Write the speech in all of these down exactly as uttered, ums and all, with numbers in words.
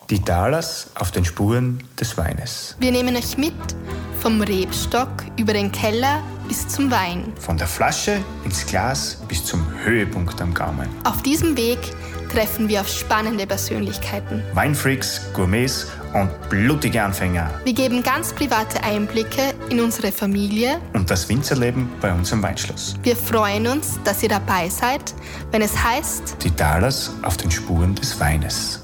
Die Talers auf den Spuren des Weines. Wir nehmen euch mit vom Rebstock über den Keller bis zum Wein. Von der Flasche ins Glas bis zum Höhepunkt am Gaumen. Auf diesem Weg treffen wir auf spannende Persönlichkeiten. Weinfreaks, Gourmets und blutige Anfänger. Wir geben ganz private Einblicke in unsere Familie und das Winzerleben bei uns am Weinschloss. Wir freuen uns, dass ihr dabei seid, wenn es heißt Die Talers auf den Spuren des Weines.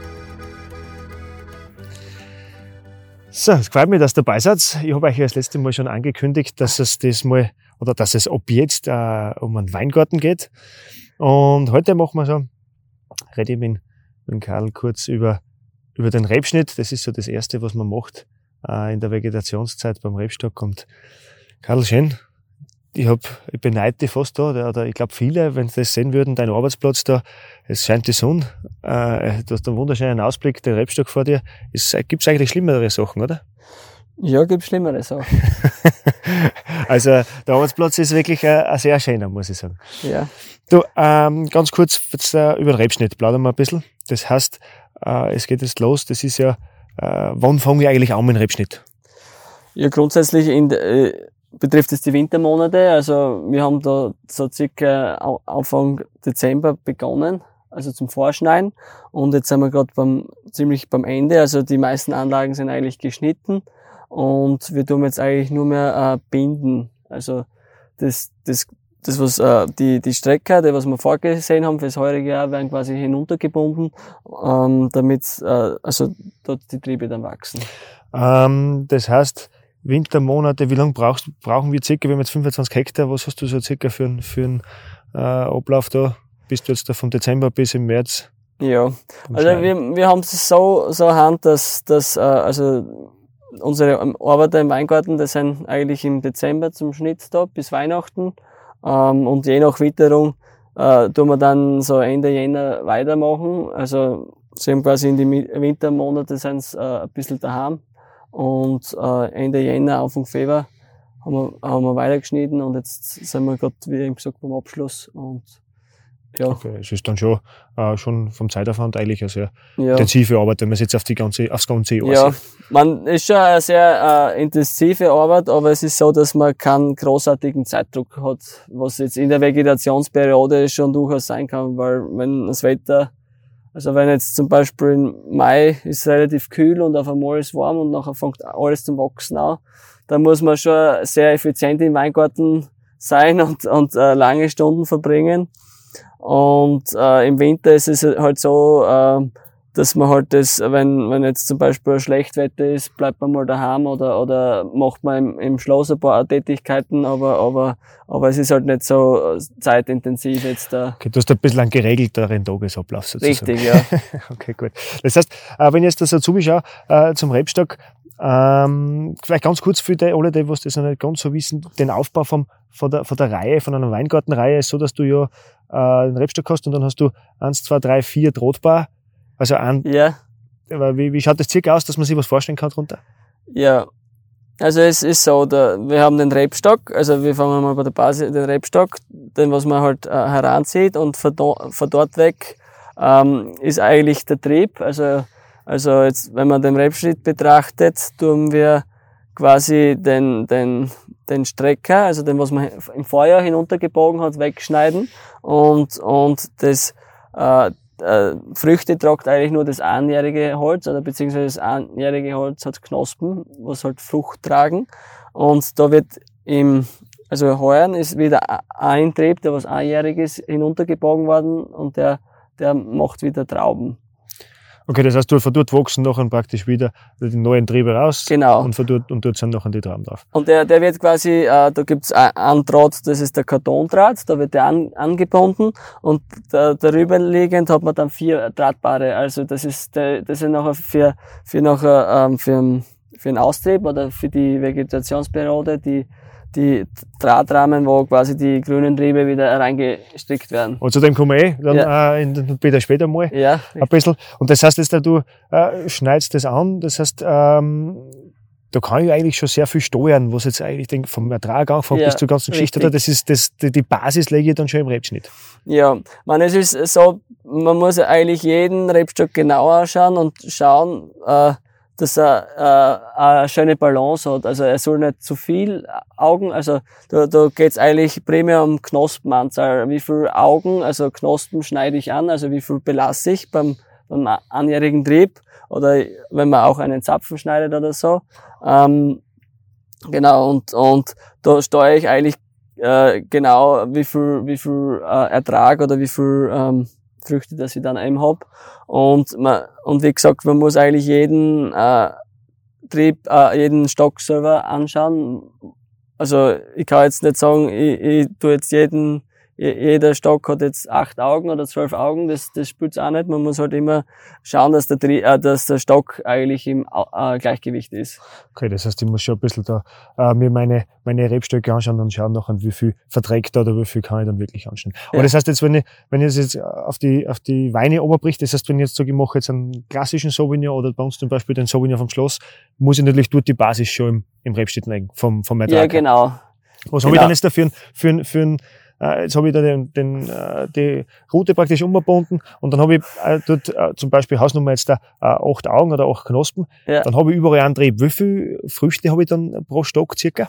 So, es freut mich, dass ihr dabei seid. Ich habe euch ja das letzte Mal schon angekündigt, dass es das mal, oder dass es ab jetzt äh, um einen Weingarten geht. Und heute machen wir so, rede ich mit, mit Karl kurz über, über den Rebschnitt. Das ist so das Erste, was man macht äh, in der Vegetationszeit beim Rebstock. Und Karl, schön. Ich, hab, ich beneide dich fast da, oder, oder ich glaube viele, wenn sie das sehen würden, dein Arbeitsplatz da, es scheint die Sonne, äh, du hast einen wunderschönen Ausblick, den Rebstock vor dir. Gibt es eigentlich schlimmere Sachen, oder? Ja, gibt schlimmere Sachen. Also der Arbeitsplatz ist wirklich ein, ein sehr schöner, muss ich sagen. Ja. Du, ähm, ganz kurz jetzt, äh, über den Rebschnitt, plaudern wir ein bisschen. Das heißt, äh, es geht jetzt los, das ist ja, äh, wann fange ich eigentlich an mit dem Rebschnitt? Ja, grundsätzlich in äh, betrifft es die Wintermonate. Also wir haben da so circa Anfang Dezember begonnen, also zum Vorschneiden. Und jetzt sind wir gerade beim ziemlich beim Ende. Also die meisten Anlagen sind eigentlich geschnitten und wir tun jetzt eigentlich nur mehr äh, binden. Also das das das was äh, die die Strecker, die was wir vorgesehen haben für das heurige Jahr, werden quasi hinuntergebunden, ähm, damit äh, also dort die Triebe dann wachsen. Ähm, das heißt Wintermonate, wie lange brauchst, brauchen wir circa, wir haben jetzt fünfundzwanzig Hektar, was hast du so circa für einen für einen, äh, Ablauf da? Bist du jetzt da vom Dezember bis im März? Ja, also wir, wir haben es so, so hand, dass, dass äh, also unsere Arbeiter im Weingarten, die sind eigentlich im Dezember zum Schnitt da, bis Weihnachten. Ähm, und je nach Witterung äh, tun wir dann so Ende Jänner weitermachen. Also sie haben quasi in die Wintermonate sind sie äh, ein bisschen daheim. Und äh, Ende Jänner, Anfang Februar haben wir, haben wir weitergeschnitten und jetzt sind wir gerade, wie eben gesagt, beim Abschluss. Und ja. Okay, es ist dann schon, äh, schon vom Zeitaufwand eigentlich eine sehr ja. intensive Arbeit, wenn man es jetzt auf die ganze, aufs ganze Jahr ja. sieht. Man ist schon eine sehr äh, intensive Arbeit, aber es ist so, dass man keinen großartigen Zeitdruck hat, was jetzt in der Vegetationsperiode schon durchaus sein kann, weil wenn das Wetter Also wenn jetzt zum Beispiel im Mai ist relativ kühl und auf einmal ist warm und nachher fängt alles zum Wachsen an, dann muss man schon sehr effizient im Weingarten sein und, und äh, lange Stunden verbringen. Und äh, im Winter ist es halt so, äh, dass man halt das, wenn wenn jetzt zum Beispiel Schlechtwetter ist, bleibt man mal daheim oder oder macht man im, im Schloss ein paar Tätigkeiten, aber aber aber es ist halt nicht so zeitintensiv jetzt da. Okay, du hast ein bisschen einen geregelteren Tagesablauf sozusagen. Richtig, ja. Okay, gut. Das heißt, wenn ich jetzt das so zuschaue, äh, zum Rebstock, ähm, vielleicht ganz kurz für die, alle, die was das noch nicht ganz so wissen, den Aufbau vom, von, der, von der Reihe, von einer Weingartenreihe ist so, dass du ja äh, einen Rebstock hast und dann hast du eins, zwei, drei, vier Drahtbar. Also ein, ja. Wie, wie schaut das circa aus, dass man sich was vorstellen kann drunter? Ja, also es ist so, da, wir haben den Rebstock, also wir fangen mal bei der Basis, den Rebstock, den was man halt äh, heranzieht und von, do, von dort weg ähm, ist eigentlich der Trieb. Also also jetzt, wenn man den Rebschnitt betrachtet, tun wir quasi den den den Strecker, also den was man im Vorjahr hinuntergebogen hat, wegschneiden und und das äh, Äh, Früchte tragt eigentlich nur das einjährige Holz, oder beziehungsweise das einjährige Holz hat Knospen, was halt Frucht tragen. Und da wird im, also heuer ist wieder ein Trieb, der was einjährig ist, hinuntergebogen worden und der, der macht wieder Trauben. Okay, das heißt, von dort wachsen nachher praktisch wieder die neuen Triebe raus. Genau. Und von dort, und dort sind nachher die Trauben drauf. Und der, der wird quasi, äh, da gibt's einen Draht, das ist der Kartondraht, da wird der an, angebunden und da, darüber liegend hat man dann vier Drahtpaare. Also das ist, der, das ist nachher für, für nachher, ähm, für, für den Austrieb oder für die Vegetationsperiode, die, die Drahtrahmen, wo quasi die grünen Triebe wieder reingestrickt werden. Und zu dem kommen wir eh, dann ja. äh, in, später, später mal ja, ein bisschen. Und das heißt jetzt, du äh, schneidest das an, das heißt, ähm, da kann ich eigentlich schon sehr viel steuern, was jetzt eigentlich denke, vom Ertrag anfangen ja, bis zur ganzen Geschichte, oder? Das ist, das, die, die Basis lege ich dann schon im Rebschnitt. Ja, man, es ist so, man muss eigentlich jeden Rebstock genau anschauen und schauen, äh, dass er äh, eine schöne Balance hat. Also er soll nicht zu viel Augen, also da, da geht's eigentlich primär um Knospenanzahl. Wie viel Augen, also Knospen schneide ich an, also wie viel belasse ich beim, beim einjährigen Trieb, oder wenn man auch einen Zapfen schneidet oder so. Ähm, genau, und, und da steuere ich eigentlich äh, genau, wie viel, wie viel äh, Ertrag oder wie viel ähm, Früchte, dass ich dann eben hab. Und man, und wie gesagt, man muss eigentlich jeden äh, Trieb, äh, jeden Stock selber anschauen. Also ich kann jetzt nicht sagen, ich, ich tu jetzt jeden, jeder Stock hat jetzt acht Augen oder zwölf Augen, das, das spielt's auch nicht. Man muss halt immer schauen, dass der, äh, dass der Stock eigentlich im äh, Gleichgewicht ist. Okay, das heißt, ich muss schon ein bisschen da äh, mir meine meine Rebstöcke anschauen und schauen nachher, wie viel verträgt er oder wie viel kann ich dann wirklich anschauen. Aber ja. Das heißt jetzt, wenn ich wenn ich jetzt auf die auf die Weine runterbricht, das heißt, wenn ich jetzt sage, ich mache jetzt einen klassischen Sauvignon oder bei uns zum Beispiel den Sauvignon vom Schloss, muss ich natürlich dort die Basis schon im, im Rebschnitt legen, vom, vom Ertrag. Ja, genau. Was genau. habe ich dann jetzt dafür für ein, für ein Uh, jetzt habe ich da den, den, uh, die Route praktisch umgebunden und dann habe ich uh, dort uh, zum Beispiel Hausnummer jetzt da uh, acht Augen oder acht Knospen. Ja. Dann habe ich überall einen Trieb. Wie viele Früchte habe ich dann pro Stock circa?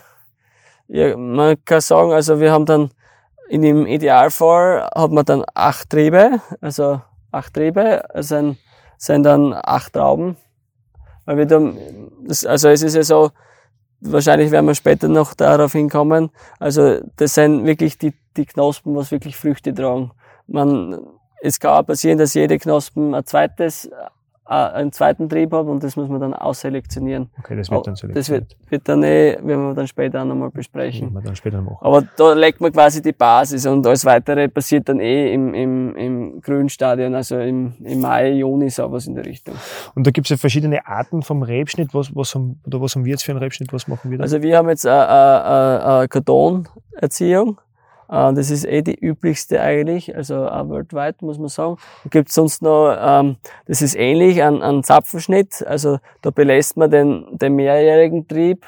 Ja, man kann sagen, also wir haben dann in dem Idealfall hat man dann acht Triebe, also acht Triebe, also sind, sind dann acht Trauben. Weil wir dann, das, also es ist ja so, wahrscheinlich werden wir später noch darauf hinkommen. Also das sind wirklich die, die Knospen, was wirklich Früchte tragen. Man, es kann auch passieren, dass jede Knospen ein zweites, äh, einen zweiten Trieb hat und das muss man dann ausselektionieren. Okay, das wird dann selektioniert. Das wird, wird dann eh, werden wir dann später auch nochmal besprechen. Wir dann später machen. Aber da legt man quasi die Basis und alles Weitere passiert dann eh im, im, im Grünstadion, also im, im Mai, Juni, sowas in der Richtung. Und da gibt's ja verschiedene Arten vom Rebschnitt. Was, was haben, oder was haben wir jetzt für einen Rebschnitt? Was machen wir da? Also wir haben jetzt eine, eine, eine Kartonerziehung. Das ist eh die üblichste eigentlich, also auch weltweit, muss man sagen. Da gibt's sonst noch, ähm, das ist ähnlich, ein, ein Zapfenschnitt. Also da belässt man den, den mehrjährigen Trieb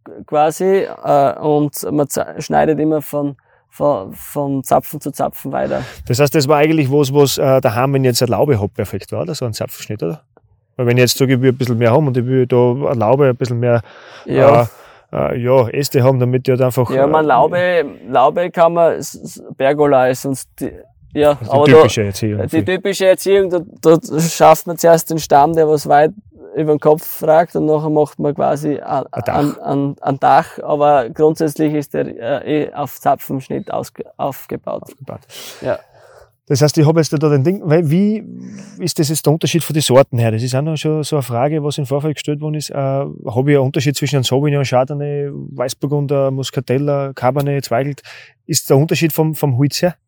quasi äh, und man schneidet immer von Von, von Zapfen zu Zapfen weiter. Das heißt, das war eigentlich was, was äh, daheim, wenn ich jetzt eine Laube habe, perfekt war, oder? So ein Zapfenschnitt, oder? Weil wenn ich jetzt sage, ich will ein bisschen mehr haben und ich will da eine Laube ein bisschen mehr ja. äh, äh, ja, Äste haben, damit die halt einfach... Ja, man, Laube, Laube kann man, Pergola ist sonst... Die, ja, also aber die typische da, Erziehung. Die typische Erziehung, da, da schafft man zuerst den Stamm, der was weit über den Kopf ragt und nachher macht man quasi ein, ein, Dach. Ein, ein, ein Dach, aber grundsätzlich ist der äh, eh auf Zapfenschnitt ausge, aufgebaut. aufgebaut. Ja. Das heißt, ich habe jetzt da den Ding, weil wie ist das jetzt der Unterschied von den Sorten her? Das ist auch noch schon so eine Frage, was im Vorfeld gestellt worden ist. Äh, habe ich einen Unterschied zwischen einem Sauvignon, Chardonnay, Weißburgunder, Muscatella, Cabernet, Zweigelt? Ist der Unterschied vom, vom Holz her?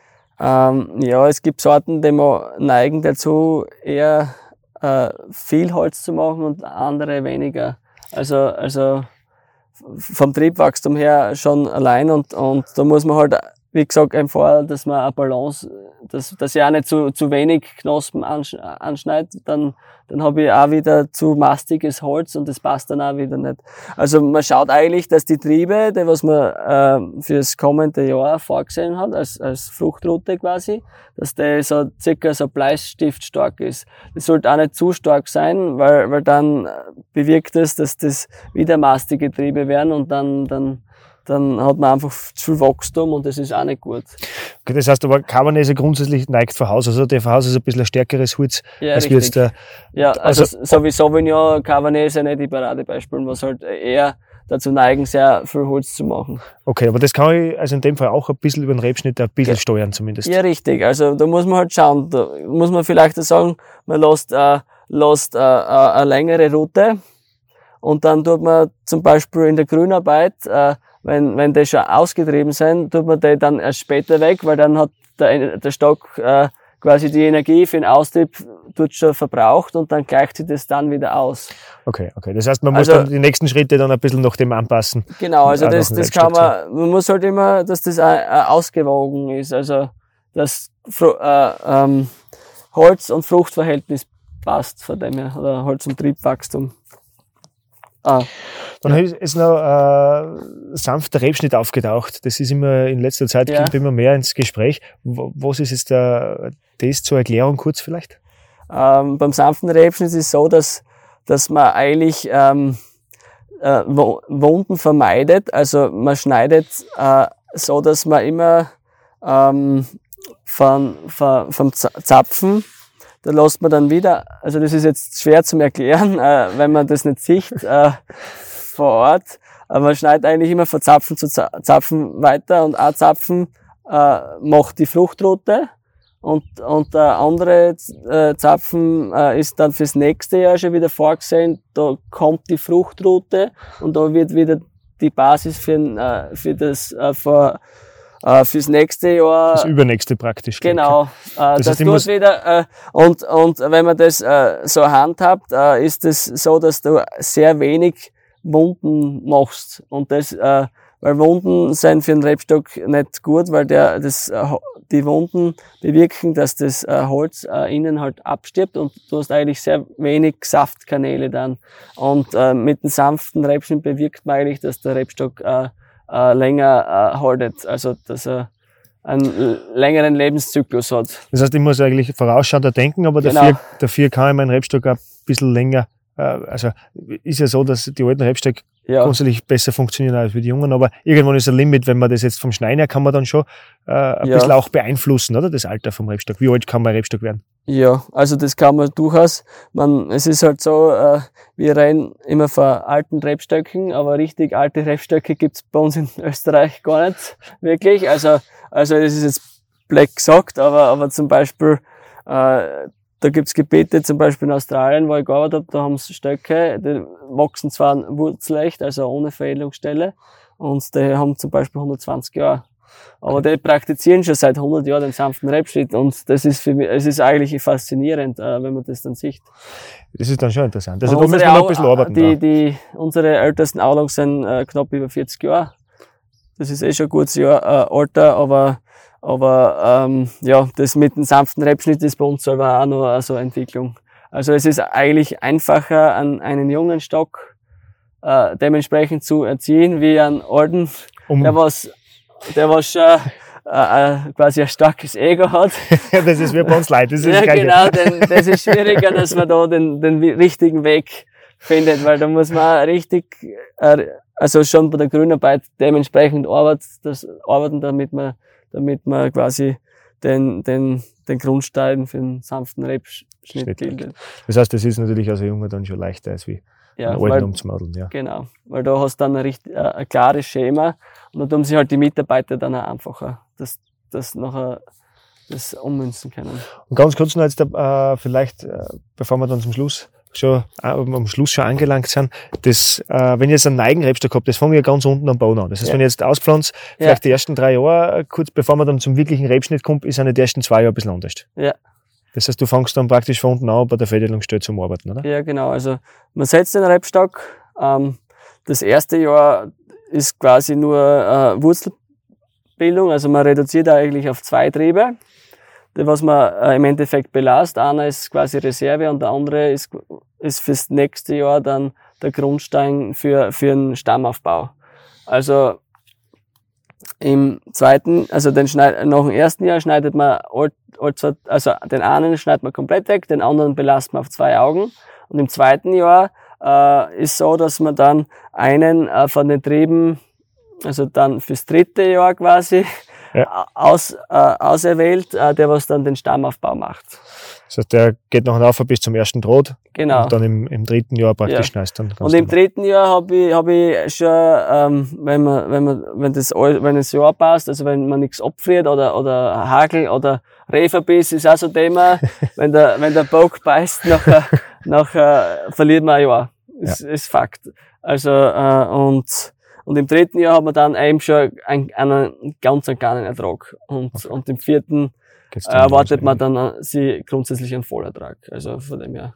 Ähm, ja, es gibt Sorten, die man neigen dazu, eher äh, viel Holz zu machen und andere weniger. Also, also vom Triebwachstum her schon allein und, und da muss man halt, wie gesagt, empfehlen, dass man eine Balance, dass, dass ich auch nicht zu, zu wenig Knospen ansch, anschneidet, dann, dann habe ich auch wieder zu mastiges Holz und das passt dann auch wieder nicht. Also man schaut eigentlich, dass die Triebe, die was man äh, fürs kommende Jahr vorgesehen hat, als, als Fruchtroute quasi, dass der so circa so Bleistift stark ist. Das sollte auch nicht zu stark sein, weil, weil dann bewirkt es, dass das wieder mastige Triebe werden und dann, dann dann hat man einfach zu viel Wachstum und das ist auch nicht gut. Okay, das heißt aber, Cabernet ist ja grundsätzlich neigt von Haus. Also der von Haus ist ein bisschen ein stärkeres Holz. Ja, als richtig. Jetzt der, ja, also, also so wie Sauvignon, Cabernet ist ja nicht die Paradebeispiele, was halt eher dazu neigen, sehr viel Holz zu machen. Okay, aber das kann ich also in dem Fall auch ein bisschen über den Rebschnitt ein bisschen ja. steuern zumindest. Ja, richtig. Also da muss man halt schauen. Da muss man vielleicht auch sagen, man lässt, äh, lässt äh, äh, eine längere Route und dann tut man zum Beispiel in der Grünarbeit äh, Wenn, wenn die schon ausgetrieben sind, tut man die dann erst später weg, weil dann hat der, der Stock äh, quasi die Energie für den Austrieb tut schon verbraucht und dann gleicht sich das dann wieder aus. Okay, okay. Das heißt, man also, muss dann die nächsten Schritte dann ein bisschen nach dem anpassen. Genau, also das, das kann man, man muss halt immer, dass das äh, ausgewogen ist, also dass äh, ähm, Holz- und Fruchtverhältnis passt von dem her, oder Holz- und Triebwachstum. Ah. Dann ja. ist noch äh, sanfter Rebschnitt aufgetaucht. Das ist immer in letzter Zeit ja. kommt immer mehr ins Gespräch. Was ist jetzt da, das zur Erklärung kurz vielleicht? Ähm, beim sanften Rebschnitt ist es so, dass, dass man eigentlich ähm, äh, Wunden vermeidet. Also man schneidet äh, so, dass man immer ähm, von, von, vom Zapfen, da lässt man dann wieder, also das ist jetzt schwer zum Erklären, äh, wenn man das nicht sieht äh, vor Ort, aber man schneidet eigentlich immer von Zapfen zu Zapfen weiter und ein Zapfen äh, macht die Fruchtroute und, und der andere äh, Zapfen äh, ist dann fürs nächste Jahr schon wieder vorgesehen, da kommt die Fruchtroute und da wird wieder die Basis für, äh, für das äh, für, äh, fürs nächste Jahr. Das übernächste praktisch. Genau. Äh, das, das tut wieder, äh, und, und wenn man das äh, so handhabt, äh, ist es das so, dass du sehr wenig Wunden machst. Und das, äh, weil Wunden sind für den Rebstock nicht gut, weil der, das, äh, die Wunden bewirken, dass das äh, Holz äh, innen halt abstirbt und du hast eigentlich sehr wenig Saftkanäle dann. Und äh, mit dem sanften Rebschnitt bewirkt man eigentlich, dass der Rebstock äh, äh, länger äh, haltet, also dass er einen längeren Lebenszyklus hat. Das heißt, ich muss eigentlich vorausschauender denken, aber genau. dafür, dafür kann ich meinen Rebstock auch ein bisschen länger, äh, also ist ja so, dass die alten Rebstöcke ja. grundsätzlich besser funktionieren als die jungen, aber irgendwann ist ein Limit, wenn man das jetzt vom Schneiden her, kann man dann schon äh, ein ja. bisschen auch beeinflussen, oder? Das Alter vom Rebstock. Wie alt kann mein Rebstock werden? Ja, also das kann man durchaus. Man, es ist halt so, äh, wir reden immer von alten Rebstöcken, aber richtig alte Rebstöcke gibt's bei uns in Österreich gar nicht wirklich. Also, also das ist jetzt black gesagt, aber, aber zum Beispiel, äh, da gibt's Gebiete, zum Beispiel in Australien, wo ich gearbeitet habe, da haben sie Stöcke, die wachsen zwar wurzelecht, also ohne Veredelungsstelle, und die haben zum Beispiel hundertzwanzig Jahre. Aber die praktizieren schon seit hundert Jahren den sanften Rebschnitt, und das ist für mich, es ist eigentlich faszinierend, äh, wenn man das dann sieht. Das ist dann schon interessant. Also da müssen wir noch ein bisschen arbeiten. Die, die, unsere ältesten Aulungen sind äh, knapp über vierzig Jahre. Das ist eh schon ein gutes Jahr, äh, Alter, aber aber ähm, ja, das mit dem sanften Rebschnitt ist bei uns selber auch noch so eine Entwicklung. Also es ist eigentlich einfacher, an einen jungen Stock äh, dementsprechend zu erziehen, wie einen alten, um der was der was schon äh, quasi ein starkes Ego hat. Ja, das ist wie bei uns Leute. Das ist ja, genau, denn das ist schwieriger, dass man da den, den richtigen Weg findet, weil da muss man richtig, äh, also schon bei der Grünarbeit dementsprechend arbeit, das, arbeiten, damit man damit man quasi den, den, den Grundstein für den sanften Rebschnitt bildet. Das heißt, das ist natürlich als Junge dann schon leichter als wie ja, ein alten umzumodeln. Ja. Genau, weil da hast du dann ein, richtig, ein, ein klares Schema, und da tun sich halt die Mitarbeiter dann auch einfacher, das, das nachher das ummünzen können. Und ganz kurz noch jetzt, äh, vielleicht, äh, bevor wir dann zum Schluss schon äh, am Schluss schon angelangt sind, das, äh, wenn ich jetzt einen Neigenrebstock habe, das fange ich ja ganz unten am Baum an. Das heißt, ja. wenn ich jetzt auspflanze, vielleicht ja. die ersten drei Jahre, kurz bevor man dann zum wirklichen Rebschnitt kommt, ist eine die ersten zwei Jahre ein bisschen anders. Ja. Das heißt, du fängst dann praktisch von unten an bei der Veredelungsstelle zum Arbeiten, oder? Ja, genau. Also man setzt den Rebstock. Ähm, das erste Jahr ist quasi nur äh, Wurzelbildung. Also man reduziert eigentlich auf zwei Triebe, die, was man äh, im Endeffekt belasst. Einer ist quasi Reserve und der andere ist, ist fürs nächste Jahr dann der Grundstein für, für einen Stammaufbau. Also im zweiten, also den schneid, nach dem ersten Jahr schneidet man, alt, alt, also den einen schneidet man komplett weg, den anderen belasst man auf zwei Augen. Und im zweiten Jahr äh, ist so, dass man dann einen äh, von den Trieben, also dann fürs dritte Jahr quasi, ja. aus, äh, auserwählt, äh, der was dann den Stammaufbau macht. Das heißt, der geht nachher auf bis zum ersten Draht. Genau. Und dann im, im dritten Jahr praktisch ja. schneidest dann. Ganz und im normal. dritten Jahr habe ich, hab ich schon, ähm, wenn man, wenn man, wenn das, wenn das Jahr passt, also wenn man nichts abfriert oder, oder Hagel oder Rehverbiss ist auch so ein Thema. wenn der, wenn der Bock beißt, nachher, nachher verliert man ein Jahr. Ist, ja. ist Fakt. Also, äh, und, Und im dritten Jahr hat man dann eben schon einen, einen ganz kleinen Ertrag. Und, okay. und im vierten äh, erwartet man dann äh, sie grundsätzlich einen Vollertrag. Also von dem her.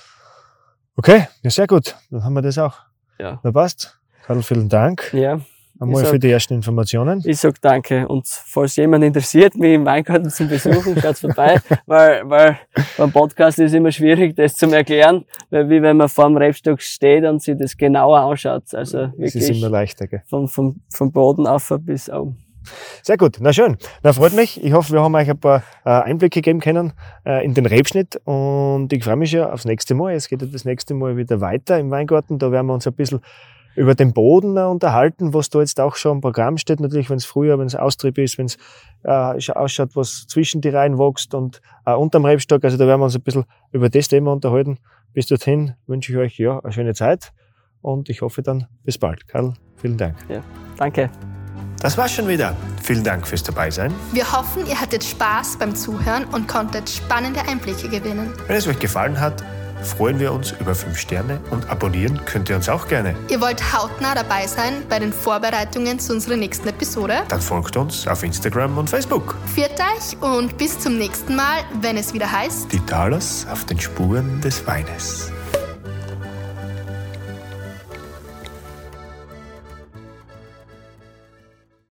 Okay, ja, sehr gut. Dann haben wir das auch. Ja. Na passt. Karl, vielen Dank. Ja. einmal sag, für die ersten Informationen. Ich sag danke. Und falls jemand interessiert, mich im Weingarten zu besuchen, schaut vorbei, weil, weil beim Podcast ist immer schwierig, das zu erklären, weil wie wenn man vor dem Rebstock steht und sich das genauer anschaut. Also wirklich. Es ist immer leichter, gell? Vom, vom, vom Boden auf bis oben. Sehr gut, na schön. Na, freut mich. Ich hoffe, wir haben euch ein paar äh, Einblicke geben können äh, in den Rebschnitt und ich freue mich schon aufs nächste Mal. Es geht ja das nächste Mal wieder weiter im Weingarten. Da werden wir uns ein bisschen über den Boden äh, unterhalten, was da jetzt auch schon im Programm steht. Natürlich, wenn es früher, wenn es Austrieb ist, wenn es äh, ausschaut, was zwischen die Reihen wächst und äh, unterm Rebstock. Also da werden wir uns ein bisschen über das Thema unterhalten. Bis dorthin wünsche ich euch ja eine schöne Zeit und ich hoffe dann bis bald. Karl, vielen Dank. Ja, danke. Das war's schon wieder. Vielen Dank fürs Dabeisein. Wir hoffen, ihr hattet Spaß beim Zuhören und konntet spannende Einblicke gewinnen. Wenn es euch gefallen hat, freuen wir uns über fünf Sterne und abonnieren könnt ihr uns auch gerne. Ihr wollt hautnah dabei sein bei den Vorbereitungen zu unserer nächsten Episode? Dann folgt uns auf Instagram und Facebook. Viert euch und bis zum nächsten Mal, wenn es wieder heißt Die Talers auf den Spuren des Weines.